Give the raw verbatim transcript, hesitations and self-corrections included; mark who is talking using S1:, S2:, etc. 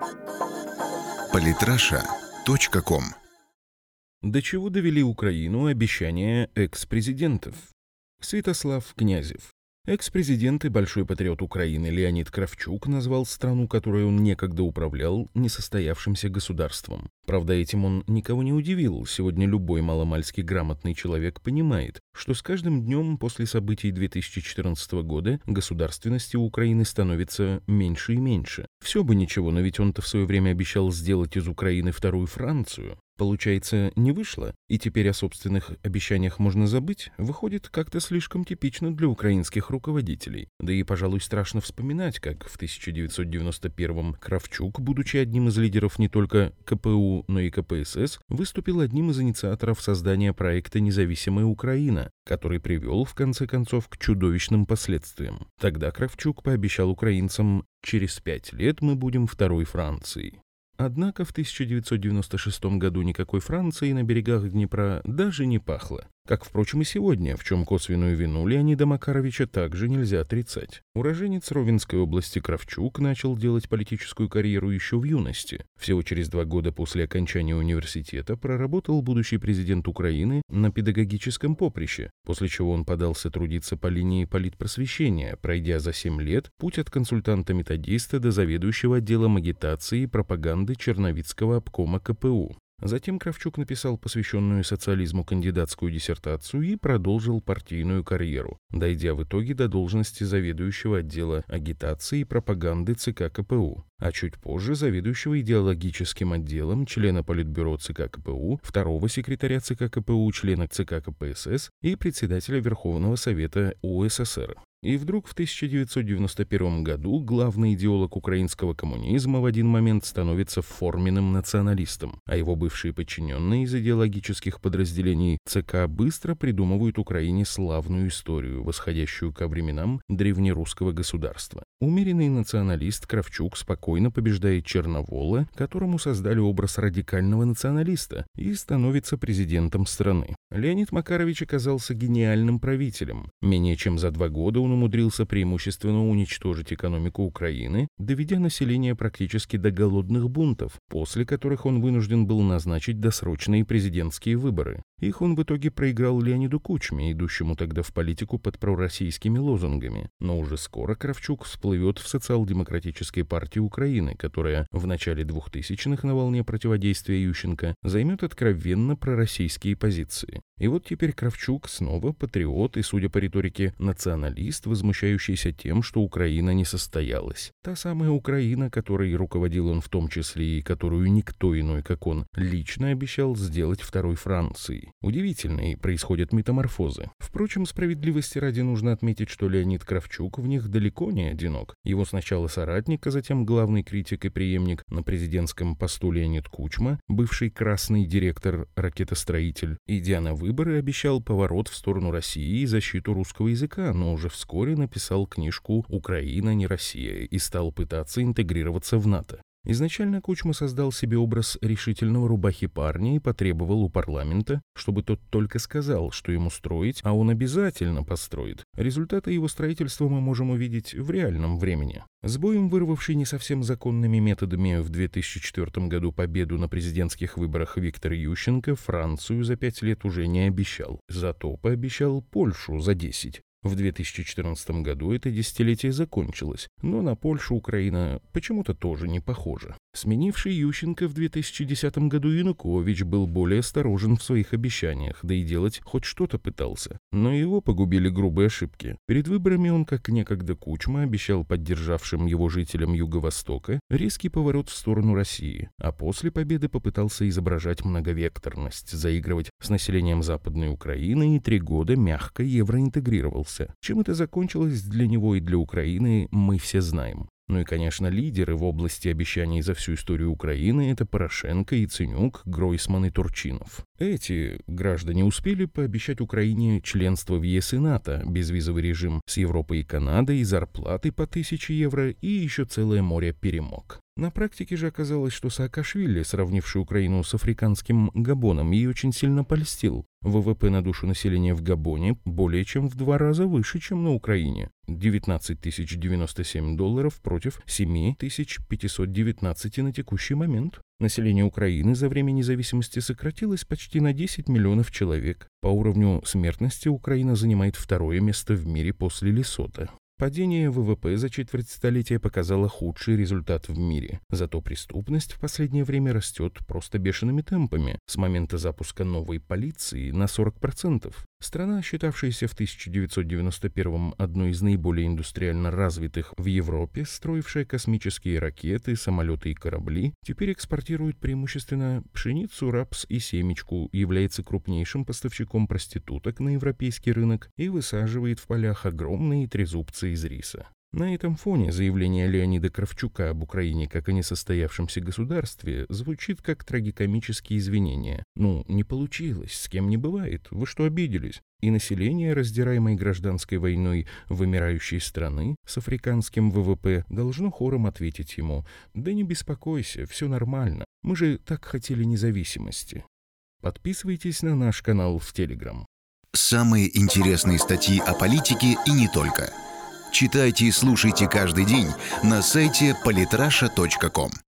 S1: политраша точка ком.
S2: До чего довели Украину обещания экс-президентов? Святослав Князев. Экс-президент и большой патриот Украины Леонид Кравчук назвал страну, которой он некогда управлял, несостоявшимся государством. Правда, этим он никого не удивил. Сегодня любой маломальски грамотный человек понимает, что с каждым днем после событий две тысячи четырнадцатого года государственности у Украины становится меньше и меньше. Все бы ничего, но ведь он-то в свое время обещал сделать из Украины вторую Францию. Получается, не вышло, и теперь о собственных обещаниях можно забыть? Выходит, как-то слишком типично для украинских руководителей. Да и, пожалуй, страшно вспоминать, как в тысяча девятьсот девяносто первом Кравчук, будучи одним из лидеров не только ка пэ у, но и ка пэ эс эс, выступил одним из инициаторов создания проекта «Независимая Украина», который привел, в конце концов, к чудовищным последствиям. Тогда Кравчук пообещал украинцам: «Через пять лет мы будем второй Францией». Однако в тысяча девятьсот девяносто шестом году никакой Франции на берегах Днепра даже не пахло. Как, впрочем, и сегодня, в чем косвенную вину Леонида Макаровича также нельзя отрицать. Уроженец Ровенской области Кравчук начал делать политическую карьеру еще в юности. Всего через два года после окончания университета проработал будущий президент Украины на педагогическом поприще, после чего он подался трудиться по линии политпросвещения, пройдя за семь лет путь от консультанта-методиста до заведующего отделом агитации и пропаганды Черновицкого обкома ка пэ у. Затем Кравчук написал посвященную социализму кандидатскую диссертацию и продолжил партийную карьеру, дойдя в итоге до должности заведующего отдела агитации и пропаганды цэ ка ка пэ у, а чуть позже заведующего идеологическим отделом, члена Политбюро цэ ка ка пэ у, второго секретаря цэ ка ка пэ у, члена цэ ка ка пэ эс эс и председателя Верховного Совета у эс эс эр. И вдруг в тысяча девятьсот девяносто первом году главный идеолог украинского коммунизма в один момент становится форменным националистом, а его бывшие подчиненные из идеологических подразделений цэ ка быстро придумывают Украине славную историю, восходящую ко временам древнерусского государства. Умеренный националист Кравчук спокойно побеждает Черновола, которому создали образ радикального националиста, и становится президентом страны. Леонид Макарович оказался гениальным правителем. Менее чем за два года он умудрился преимущественно уничтожить экономику Украины, доведя население практически до голодных бунтов, после которых он вынужден был назначить досрочные президентские выборы. Их он в итоге проиграл Леониду Кучме, идущему тогда в политику под пророссийскими лозунгами. Но уже скоро Кравчук всплывет в социал-демократической партии Украины, которая в начале двухтысячных на волне противодействия Ющенко займет откровенно пророссийские позиции. И вот теперь Кравчук снова патриот и, судя по риторике, националист, возмущающийся тем, что Украина не состоялась. Та самая Украина, которой руководил он в том числе и которую никто иной, как он, лично обещал сделать второй Францией. Удивительные происходят метаморфозы. Впрочем, справедливости ради нужно отметить, что Леонид Кравчук в них далеко не одинок. Его сначала соратник, а затем главный критик и преемник на президентском посту Леонид Кучма, бывший красный директор-ракетостроитель, идя на выборы, обещал поворот в сторону России и защиту русского языка, но уже вскоре написал книжку «Украина не Россия» и стал пытаться интегрироваться в НАТО. Изначально Кучма создал себе образ решительного рубахи парня и потребовал у парламента, чтобы тот только сказал, что ему строить, а он обязательно построит. Результаты его строительства мы можем увидеть в реальном времени. С боем вырвавший не совсем законными методами в две тысячи четвёртом году победу на президентских выборах Виктор Ющенко Францию за пять лет уже не обещал, зато пообещал Польшу за десять. В две тысячи четырнадцатом году это десятилетие закончилось, но на Польшу Украина почему-то тоже не похожа. Сменивший Ющенко в две тысячи десятом году Янукович был более осторожен в своих обещаниях, да и делать хоть что-то пытался. Но его погубили грубые ошибки. Перед выборами он, как некогда Кучма, обещал поддержавшим его жителям Юго-Востока резкий поворот в сторону России, а после победы попытался изображать многовекторность, заигрывать с населением Западной Украины и три года мягко евроинтегрировался. Чем это закончилось для него и для Украины, мы все знаем. Ну и, конечно, лидеры в области обещаний за всю историю Украины – это Порошенко, Яценюк, Гройсман и Турчинов. Эти граждане успели пообещать Украине членство в е эс и НАТО, безвизовый режим с Европой и Канадой, зарплаты по тысяче евро и еще целое море перемог. На практике же оказалось, что Саакашвили, сравнивший Украину с африканским Габоном, ей очень сильно польстил. ВВП на душу населения в Габоне более чем в два раза выше, чем на Украине. девятнадцать тысяч девяносто семь долларов против семь тысяч пятьсот девятнадцать на текущий момент. Население Украины за время независимости сократилось почти на десять миллионов человек. По уровню смертности Украина занимает второе место в мире после Лесото. Падение ВВП за четверть столетия показало худший результат в мире. Зато преступность в последнее время растет просто бешеными темпами. С момента запуска новой полиции на сорок процентов. Страна, считавшаяся в тысяча девятьсот девяносто первом одной из наиболее индустриально развитых в Европе, строившая космические ракеты, самолеты и корабли, теперь экспортирует преимущественно пшеницу, рапс и семечку, является крупнейшим поставщиком проституток на европейский рынок и высаживает в полях огромные трезубцы из риса. На этом фоне заявление Леонида Кравчука об Украине как о несостоявшемся государстве звучит как трагикомические извинения. Ну, не получилось, с кем не бывает, вы что, обиделись? И население, раздираемой гражданской войной вымирающей страны с африканским ВВП, должно хором ответить ему: «Да не беспокойся, все нормально, мы же так хотели независимости». Подписывайтесь на наш канал в Телеграм.
S1: Самые интересные статьи о политике и не только. Читайте и слушайте каждый день на сайте политраша точка ком.